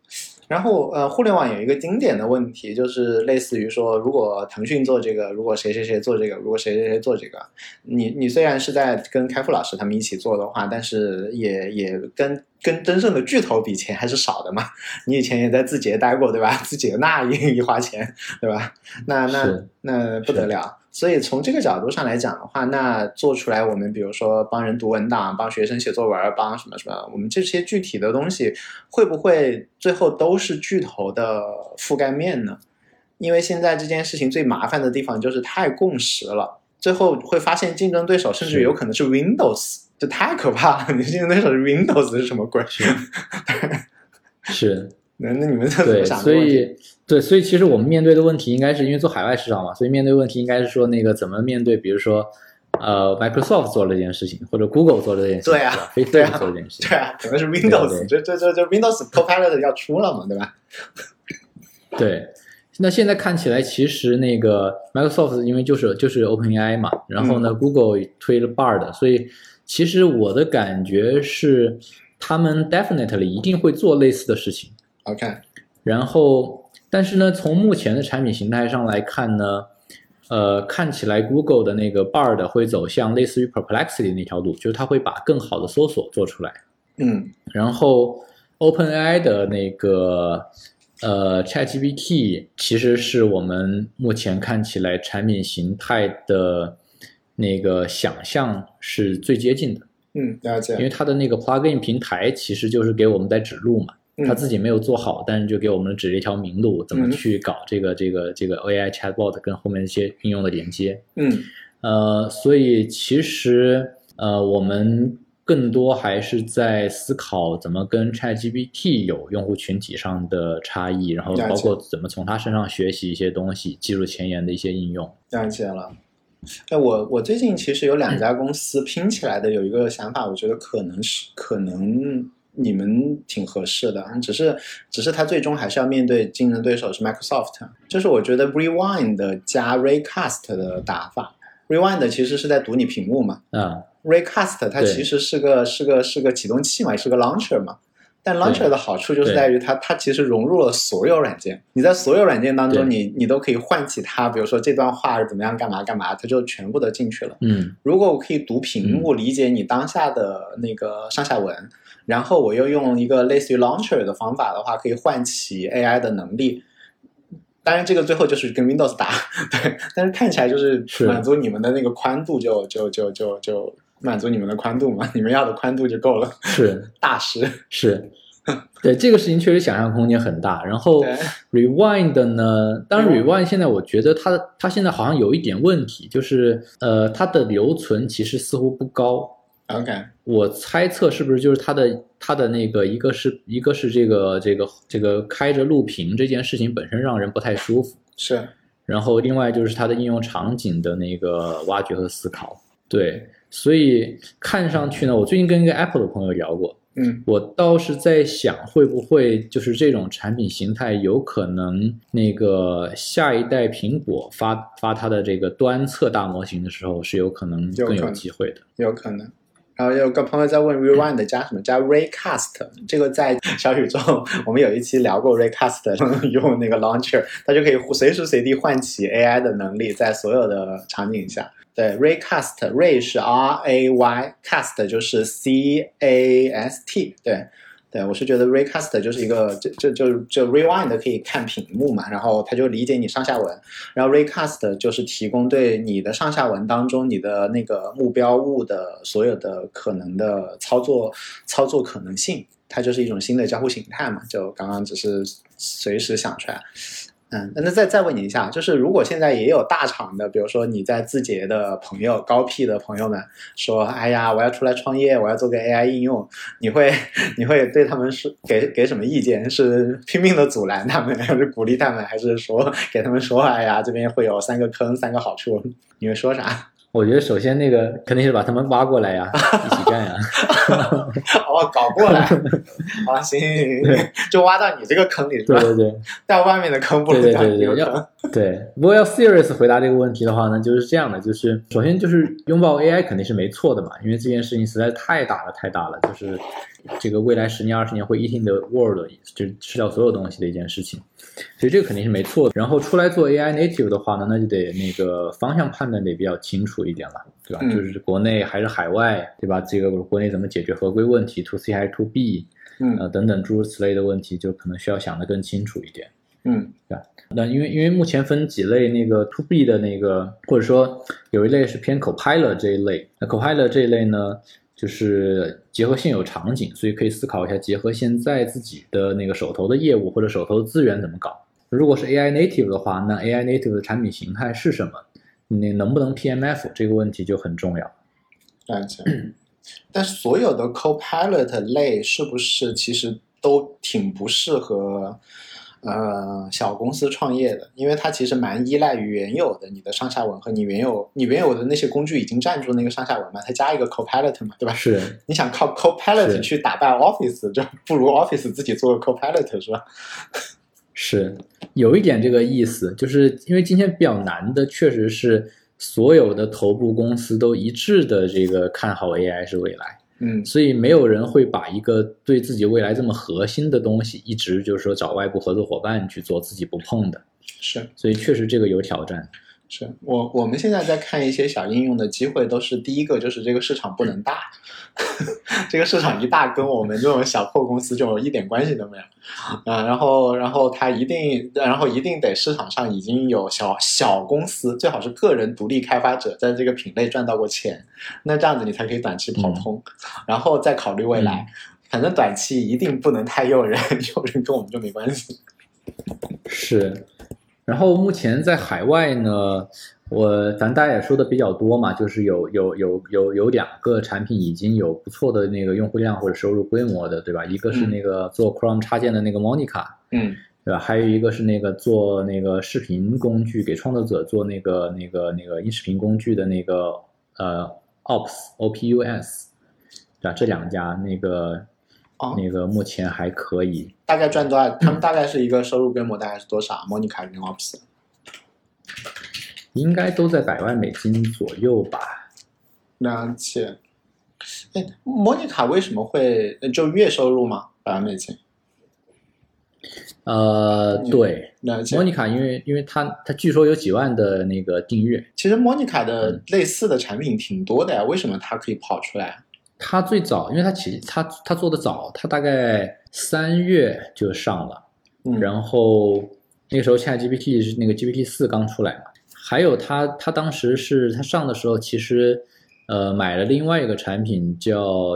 然后呃，互联网有一个经典的问题，就是类似于说，如果腾讯做这个，如果谁谁谁做这个，如果谁谁谁做这个，你你虽然是在跟开复老师他们一起做的话，但是也也跟跟真正的巨头比钱还是少的嘛。你以前也在字节待过对吧？字节那一一花钱对吧？那那那不得了。所以从这个角度上来讲的话，那做出来我们比如说帮人读文档，帮学生写作文，帮什么什么，我们这些具体的东西会不会最后都是巨头的覆盖面呢？因为现在这件事情最麻烦的地方就是太共识了，最后会发现竞争对手甚至有可能是 Windows， 就太可怕了。你竞争对手是 Windows 是什么鬼？ 是是那那你们怎么想的问题？ 对，所以对，所以其实我们面对的问题应该是因为做海外市场嘛，所以面对问题应该是说那个怎么面对，比如说呃 Microsoft 做了这件事情，或者 Google 做了这件事情， 对啊， 对啊，做了这件事情， 对啊，可能是 Windows， 这这这这 Windows Copilot 要出了嘛，对吧？ 对。那现在看起来，其实那个 Microsoft 因为就是就是 OpenAI 嘛，然后呢、嗯、Google 推了 Bard， 所以其实我的感觉是他们 definitely 一定会做类似的事情。 OK， 然后但是呢，从目前的产品形态上来看呢，呃，看起来 Google 的那个 Bard 会走向类似于 Perplexity 那条路，就是它会把更好的搜索做出来。 嗯， 然后 OpenAI 的那个呃 ChatGPT 其实是我们目前看起来产品形态的那个想象是最接近的。 嗯，了解。 因为它的那个 plugin 平台其实就是给我们在指路嘛。他自己没有做好，但是就给我们指了一条明路，怎么去搞这个、嗯、这个这个 A I chatbot 跟后面一些应用的连接。 嗯， 呃，所以其实呃，我们更多还是在思考怎么跟 ChatGPT 有用户群体上的差异，然后包括怎么从他身上学习一些东西，记录前沿的一些应用。 了解了。哎，我我最近其实有两家公司拼起来的，有一个想法，我觉得可能是可能。你们挺合适的，只是只是他最终还是要面对竞争对手是 Microsoft。就是我觉得 Rewind 加 Raycast 的打法 ，Rewind 其实是在读你屏幕嘛， 嗯 ，Raycast 它其实是个是个是个启动器嘛，也是个 launcher 嘛。但 launcher 的好处就是在于它它其实融入了所有软件，你在所有软件当中你你都可以唤起它，比如说这段话是怎么样干嘛干嘛，它就全部都进去了。 嗯， 如果我可以读屏幕理解你当下的那个上下文。然后我又用一个类似于 launcher 的方法的话，可以唤起 A I 的能力。当然，这个最后就是跟 Windows 打，对。但是看起来就是满足你们的那个宽度就，就就就就就满足你们的宽度嘛，你们要的宽度就够了。 是大师是，对这个事情确实想象空间很大。然后 Rewind 呢，当然 Rewind 现在我觉得它它现在好像有一点问题，就是呃它的留存其实似乎不高。 OK， 我猜测是不是就是它的它的那个一个是一个是这个这个这个开着录屏这件事情本身让人不太舒服， 是。 然后另外就是它的应用场景的那个挖掘和思考，对，所以看上去呢，我最近跟一个 Apple 的朋友聊过， 嗯， 我倒是在想会不会就是这种产品形态有可能那个下一代苹果发发它的这个端侧大模型的时候是有可能更有机会的， 有可能。然后有个朋友在问 Rewind 加什么？加 Raycast， 这个在小宇宙我们有一期聊过 Raycast 用那个 launcher， 它就可以随时随地唤起 A I 的能力，在所有的场景下。对 Raycast， Ray 是 R A Y，Cast 就是 C A S T， 对。对，我是觉得 Raycast 就是一个就就就就 Rewind 可以看屏幕嘛，然后它就理解你上下文，然后 Raycast 就是提供对你的上下文当中你的那个目标物的所有的可能的操作操作可能性，它就是一种新的交互形态嘛，就刚刚只是随时想出来。嗯，那再再问你一下，就是如果现在也有大厂的，比如说你在字节的朋友、高 P 的朋友们说，哎呀，我要出来创业，我要做个 A I 应用，你会你会对他们是给给什么意见？是拼命的阻拦他们，还是鼓励他们，还是说给他们说，哎呀，这边会有三个坑，三个好处？你会说啥？ 我觉得首先那个肯定是把他们挖过来呀，一起干呀。 哦，搞过来。好，行行行，就挖到你这个坑里是吧？ 对对对， 在外面的坑不能干。 对对对对，要对。不过要 serious 回答这个问题的话呢，就是这样的，就是首先就是拥抱 A I 肯定是没错的嘛，因为这件事情实在太大了，太大了，就是这个未来十年二十年会 eating the world， 就吃掉所有东西的一件事情，所以这个肯定是没错的。然后出来做 A I native 的话呢，那就得那个方向判断得比较清楚一点了，对吧？ 嗯、 就是国内还是海外，对吧？这个国内怎么解决合规问题 ，to C 还是 to B， 嗯， 呃等等诸如此类的问题，就可能需要想得更清楚一点。 嗯， 对吧？那因为因为目前分几类，那个 to B 的那个，或者说有一类是偏 Copilot 这一类。那 Copilot 这一类呢，就是结合现有场景，所以可以思考一下，结合现在自己的那个手头的业务或者手头的资源怎么搞。如果是 A I native 的话，那 A I native 的产品形态是什么？你能不能 P M F 这个问题就很重要。 了解。但是所有的 Copilot 类是不是其实都挺不适合呃小公司创业的？因为它其实蛮依赖于原有的你的上下文和你原有你原有的那些工具已经占住那个上下文嘛，它加一个 Copilot 嘛，对吧？ 是。 你想靠 Copilot 去打败 Office， 就不如 Office 自己做个 Copilot， 是吧？ 是有一点这个意思，就是因为今天比较难的，确实是所有的头部公司都一致的这个看好 A I 是未来。 嗯， 所以没有人会把一个对自己未来这么核心的东西，一直就是说找外部合作伙伴去做，自己不碰的。 是， 所以确实这个有挑战。 是我我们现在在看一些小应用的机会，都是第一个就是这个市场不能大，这个市场一大跟我们这种小破公司就一点关系都没有啊。然后然后它一定然后一定得市场上已经有小小公司，最好是个人独立开发者在这个品类赚到过钱，那这样子你才可以短期跑通，嗯、然后再考虑未来。嗯、反正短期一定不能太诱人，诱人跟我们就没关系。 是。然后目前在海外呢，我咱大家也说的比较多嘛，就是有有有有有两个产品已经有不错的那个用户量或者收入规模的，对吧？一个是那个做 Chrome 插件的那个 Monica， 嗯，对吧？还有一个是那个做那个视频工具给创作者做那个那个那个音视频工具的那个呃 O P S O P U S， 对吧？这两家那个。哦、那个目前还可以， 大概赚多少？他们大概是一个收入规模大概是多少 ？Monica 跟 O P S 应该都在百万美金左右吧。 了解。哎 ，Monica 为什么会就月收入吗？百万美金？ 呃，对 ，Monica 因为因为它它据说有几万的那个订阅。 其实 Monica 的类似的产品挺多的呀，为什么它可以跑出来？ 他最早，因为他其实他他做的早，他大概三月就上了，嗯，然后那个时候 ChatGPT 是那个 G P T 四刚出来嘛，还有他他当时是他上的时候，其实呃买了另外一个产品叫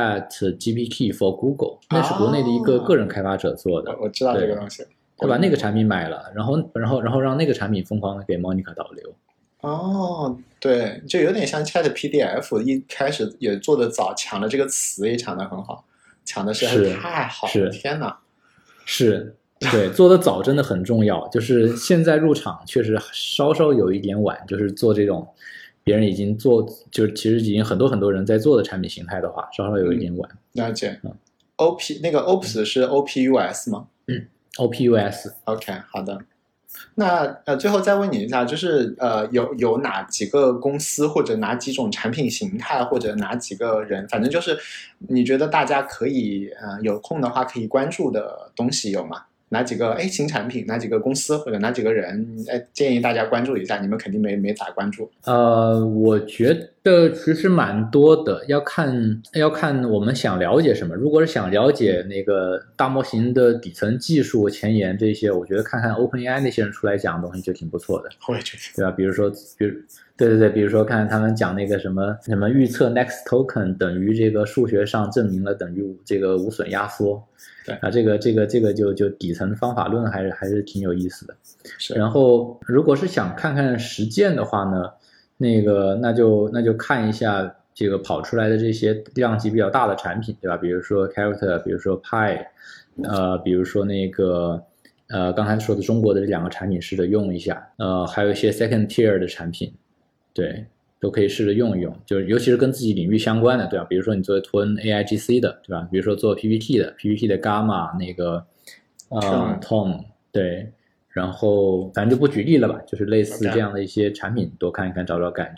ChatGPT for Google， 那是国内的一个个人开发者做的， 哦、我知道这个东西， 他把那个产品买了，然后然后然后让那个产品疯狂的给 Monica 导流。 哦，对，就有点像 Chat P D F， 一开始也做的早，抢了这个词也抢的很好，抢的是还是太好了，天哪！ 是，对，做的早真的很重要。就是现在入场确实稍稍有一点晚，就是做这种别人已经做，就是其实已经很多很多人在做的产品形态的话，稍稍有一点晚。 嗯、了解。嗯 O P 那个 O P S 是 O P U S 吗？ 嗯 ，O P U S。OK， 好的。那呃，最后再问你一下，就是呃，有有哪几个公司或者哪几种产品形态，或者哪几个人，反正就是你觉得大家可以呃有空的话可以关注的东西有吗？哪几个哎新产品，哪几个公司或者哪几个人，哎建议大家关注一下，你们肯定没没咋关注。 呃，我觉得其实蛮多的，要看要看我们想了解什么。如果是想了解那个大模型的底层技术、前沿这些，我觉得看看 OpenAI 那些人出来讲的东西就挺不错的。 我也觉得， 对吧？比如说，比如对对对，比如说看他们讲那个什么什么预测 next token 等于这个数学上证明了等于这个无损压缩。 对啊，这个这个这个就就底层方法论还是还是挺有意思的。 是。 然后如果是想看看实践的话呢，那个那就那就看一下这个跑出来的这些量级比较大的产品，对吧？比如说 Character， 比如说 Pi， 呃，比如说那个呃刚才说的中国的这两个产品试着用一下，呃，还有一些 second tier 的产品，对。都可以试着用一用，就是尤其是跟自己领域相关的，对吧？比如说你做吞 A I G C 的，对吧？比如说做 P P T 的 ，P P T 的 Gamma 那个呃 Tone， 对，然后反正就不举例了吧，就是类似这样的一些产品，多看一看，找找感觉。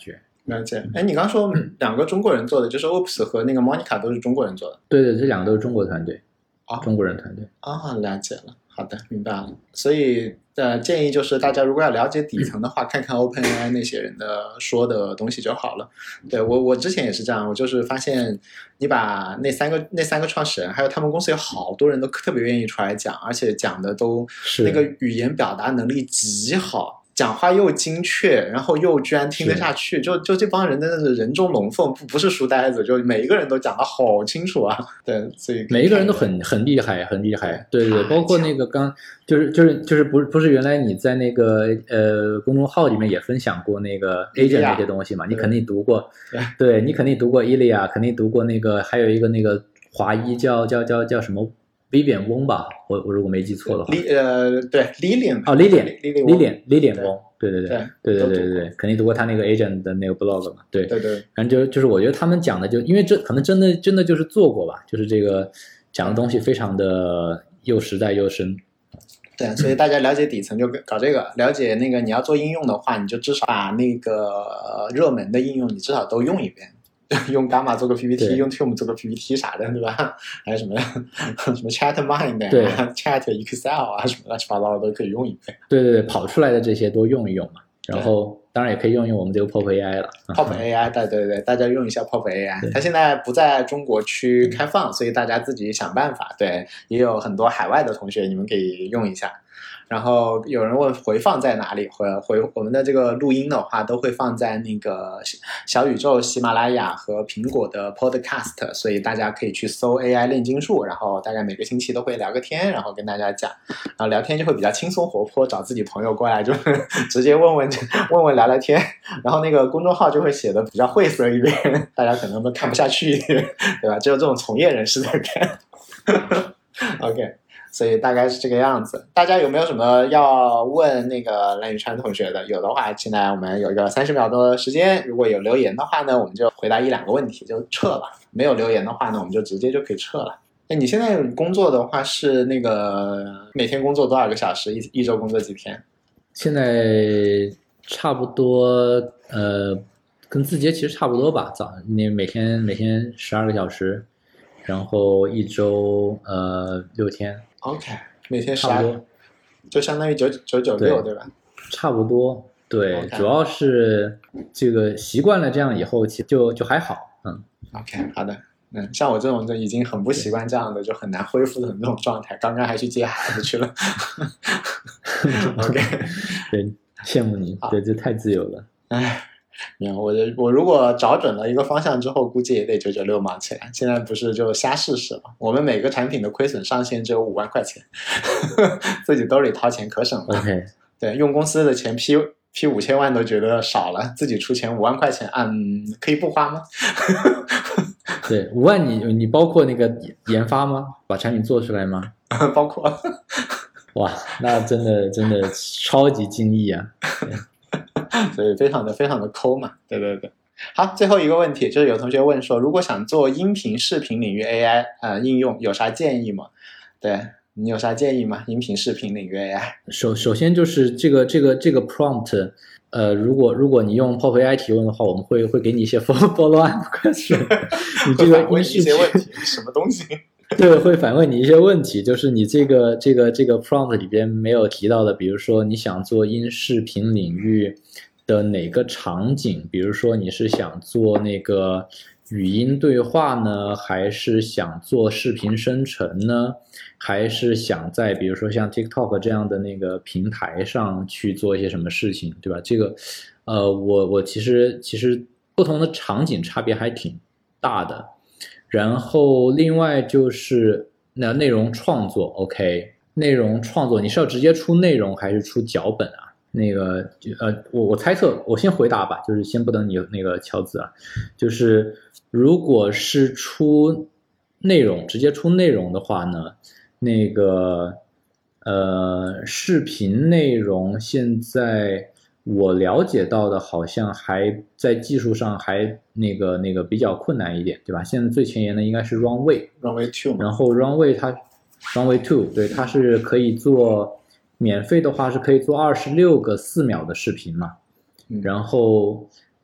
了解。哎，你刚说两个中国人做的，就是 Oops 和那个 Monica 都是中国人做的。 对对，这两个都是中国团队， 哦， 中国人团队。 啊，了解了，好的，明白了。所以呃，建议就是大家如果要了解底层的话，看看 OpenAI 那些人的说的东西就好了。对，我我之前也是这样，我就是发现你把那三个那三个创始人，还有他们公司有好多人都特别愿意出来讲，而且讲的都那个语言表达能力极好。讲话又精确，然后又居然听得下去，就就这帮人真的是人中龙凤，不不是书呆子，就每一个人都讲得好清楚啊。对，所以每一个人都很很厉害，很厉害。对对，包括那个刚就是就是就是不是不是原来你在那个呃公众号里面也分享过那个 agent 那些东西嘛？你肯定读过，对，对你肯定读过伊利亚，肯定读过那个还有一个那个华裔叫叫叫叫什么？Vivian Wong 吧，我我如果没记错的话， 呃，对 ，Lilian 哦 ，Lilian，Lilian Lilian Wong，对对对对对对对对，肯定读过他那个 agent 的那个 blog 嘛，对对对， 反正就就是我觉得他们讲的就因为这可能真的真的就是做过吧，就是这个讲的东西非常的又实在又深。 对，所以大家了解底层就搞这个，了解那个你要做应用的话，你就至少把那个热门的应用你至少都用一遍。用 Gamma 做个 P P T， 用 Tune 做个 P P T 啥的，对吧？还有什么什么 Chat Mind 啊 ，Chat Excel 啊，什么乱七八糟的都可以用一遍。 对对对，跑出来的这些都用一用嘛。然后当然也可以用用我们这个 Pop A I 了。 Pop A I， 对对对，大家用一下 Pop A I。它现在不在中国区开放，所以大家自己想办法。对，也有很多海外的同学，你们可以用一下。然后有人问回放在哪里？回回我们的这个录音的话，都会放在那个小宇宙、喜马拉雅和苹果的 Podcast， 所以大家可以去搜 A I 炼金术，然后大概每个星期都会聊个天，然后跟大家讲，然后聊天就会比较轻松活泼，找自己朋友过来就直接问问问问聊聊天，然后那个公众号就会写的比较晦涩一点，大家可能都看不下去一点，对吧？只有这种从业人士在看。OK。所以大概是这个样子，大家有没有什么要问那个蓝宇川同学的？有的话，现在我们有一个三十秒多的时间，如果有留言的话呢，我们就回答一两个问题就撤了；没有留言的话呢，我们就直接就可以撤了。那你现在工作的话是那个每天工作多少个小时？一一周工作几天？ 现在差不多，呃，跟字节其实差不多吧。早你每天每天十二个小时，然后一周呃六天。 OK， 每天十二，就相当于九九九六，对吧？ 差不多，对， okay. 主要是这个习惯了这样以后，其实就就还好，嗯。 OK， 好的，嗯，像我这种就已经很不习惯这样的，就很难恢复的那种状态。刚刚还去接孩子去了。OK， 对，羡慕你，对，这太自由了。 哎。没有，我我如果找准了一个方向之后，估计也得九九六忙起来。现在不是就瞎试试嘛？我们每个产品的亏损上限只有五万块钱，自己兜里掏钱可省了。 OK， 对，用公司的钱批批五千万都觉得少了，自己出钱五万块钱，嗯，可以不花吗？ 对，五万你你包括那个研发吗？把产品做出来吗？ 包括。 哇，那真的真的超级精益啊！ 所以非常的非常的抠嘛，对对对。好，最后一个问题就是有同学问说，如果想做音频视频领域 A I 呃应用，有啥建议吗？对你有啥建议吗？音频视频领域 A I。 首首先就是这个这个这个 prompt， 呃，如果如果你用 Pop A I 提问的话，我们会会给你一些 follow up question， 你这个音视频问题什么东西？ 对，会反问你一些问题，就是你这个这个这个 prompt 里边没有提到的，比如说你想做音视频领域的哪个场景，比如说你是想做那个语音对话呢，还是想做视频生成呢，还是想在比如说像 TikTok 这样的那个平台上去做一些什么事情，对吧？这个呃，我我其实其实不同的场景差别还挺大的。然后另外就是那内容创作 OK， 内容创作你是要直接出内容还是出脚本啊？那个呃我我猜测，我先回答吧，就是先不等你那个敲字啊，就是如果是出内容直接出内容的话呢，那个呃视频内容现在我了解到的好像还在技术上还那个那个比较困难一点，对吧？现在最前沿的应该是 Runway Runway 二， 然后 Runway 它 Runway 二，对，它是可以做免费的话是可以做二十六个四秒的视频嘛， 嗯、 然后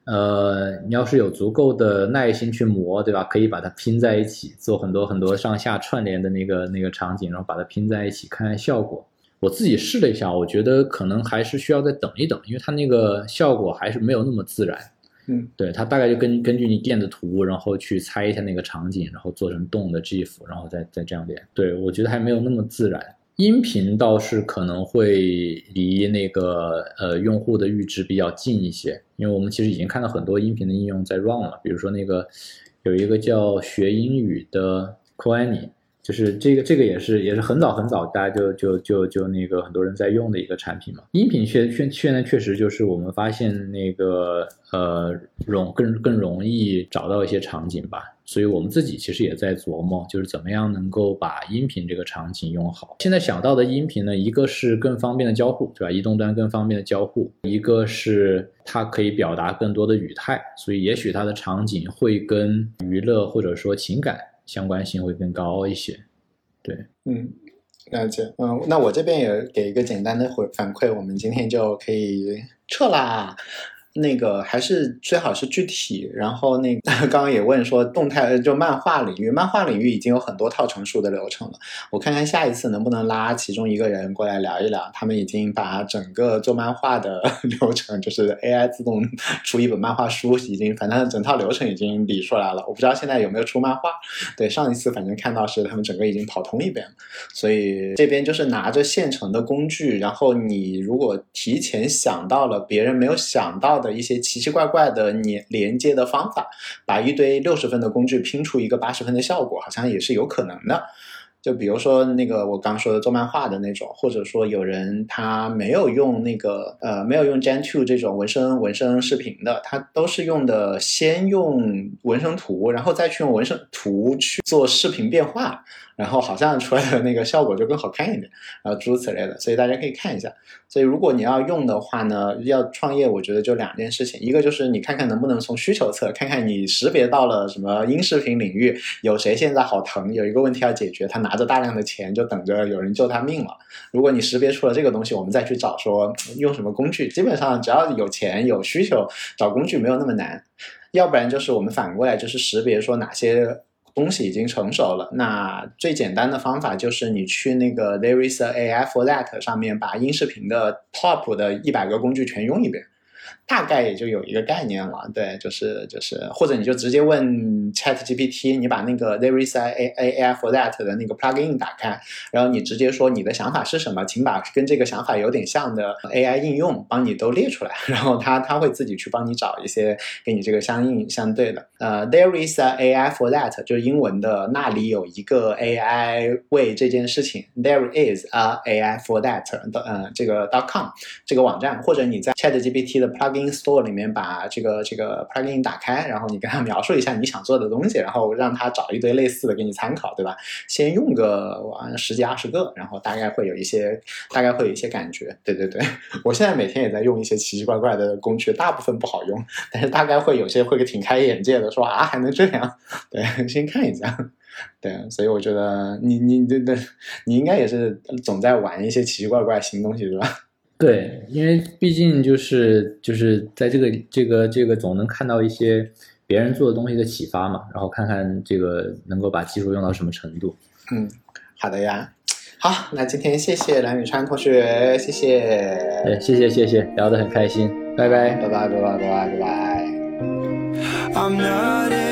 呃，你要是有足够的耐心去磨，对吧？可以把它拼在一起，做很多很多上下串联的那个那个场景，然后把它拼在一起，看看效果。我自己试了一下，我觉得可能还是需要再等一等，因为它那个效果还是没有那么自然。 嗯， 对，它大概就根根据你电的图，然后去猜一下那个场景，然后做成动的 GIF， 然后再再这样练。对，我觉得还没有那么自然。音频倒是可能会离那个呃用户的阈值比较近一些，因为我们其实已经看到很多音频的应用在 run 了，比如说那个有一个叫学英语的 Koani， 就是这个这个也是也是很早很早大家就就就就那个很多人在用的一个产品嘛。音频现现现在确实就是我们发现那个呃容更更容易找到一些场景吧。所以我们自己其实也在琢磨，就是怎么样能够把音频这个场景用好。现在想到的音频呢，一个是更方便的交互，对吧？移动端更方便的交互，一个是它可以表达更多的语态，所以也许它的场景会跟娱乐或者说情感相关性会更高一些。对， 嗯，了解。嗯，那我这边也给一个简单的回反馈，我们今天就可以撤啦。那个还是最好是具体，然后那个刚刚也问说动态就漫画领域，漫画领域已经有很多套成熟的流程了，我看看下一次能不能拉其中一个人过来聊一聊，他们已经把整个做漫画的流程，就是 A I 自动出一本漫画书，已经反正整套流程已经理出来了，我不知道现在有没有出漫画。对，上一次反正看到是他们整个已经跑通一遍了，所以这边就是拿着现成的工具，然后你如果提前想到了别人没有想到的一些奇奇怪怪的连连接的方法，把一堆六十分的工具拼出一个八十分的效果，好像也是有可能的。就比如说那个我刚说的做漫画的那种，或者说有人他没有用那个呃没有用 Gen 二 这种纹身纹身视频的，他都是用的先用纹身图，然后再去用纹身图去做视频变化，然后好像出来的那个效果就更好看一点，然后诸如此类的，所以大家可以看一下。所以如果你要用的话呢，要创业我觉得就两件事情，一个就是你看看能不能从需求侧看看你识别到了什么音视频领域有谁现在好疼，有一个问题要解决，他拿着大量的钱就等着有人救他命了。如果你识别出了这个东西，我们再去找说用什么工具，基本上只要有钱有需求，找工具没有那么难。要不然就是我们反过来就是识别说哪些东西已经成熟了，那最简单的方法就是你去那个 There is a A I for that 上面把音视频的 top 的一百个工具全用一遍，大概也就有一个概念了。对，就是就是或者你就直接问 ChatGPT， 你把那个 There is a A I for that 的那个 plugin 打开，然后你直接说你的想法是什么，请把跟这个想法有点像的 A I 应用帮你都列出来，然后它它会自己去帮你找一些给你这个相应相对的。呃 There is a A I for that 就是英文的那里有一个 A I 为这件事情， There is a A I for that 呃这个 .com 这个网站，或者你在 ChatGPT 的 plugin store 里面把这个这个 plugin 打开，然后你跟他描述一下你想做的东西，然后让他找一堆类似的给你参考，对吧？先用个十几二十个，然后大概会有一些大概会有一些感觉。对对对，我现在每天也在用一些奇奇怪怪的工具，大部分不好用，但是大概会有些会挺开眼界的，说啊还能这样，对，先看一下。对，所以我觉得你你对对，你应该也是总在玩一些奇奇怪怪新东西，是吧？ 对，因为毕竟就是就是在这个这个这个总能看到一些别人做的东西的启发嘛，然后看看这个能够把技术用到什么程度。 嗯，好的呀。好，那今天谢谢梁宇川同学，谢谢。 对，谢谢谢谢，聊得很开心，拜拜， 拜拜拜拜拜拜拜拜。I'm not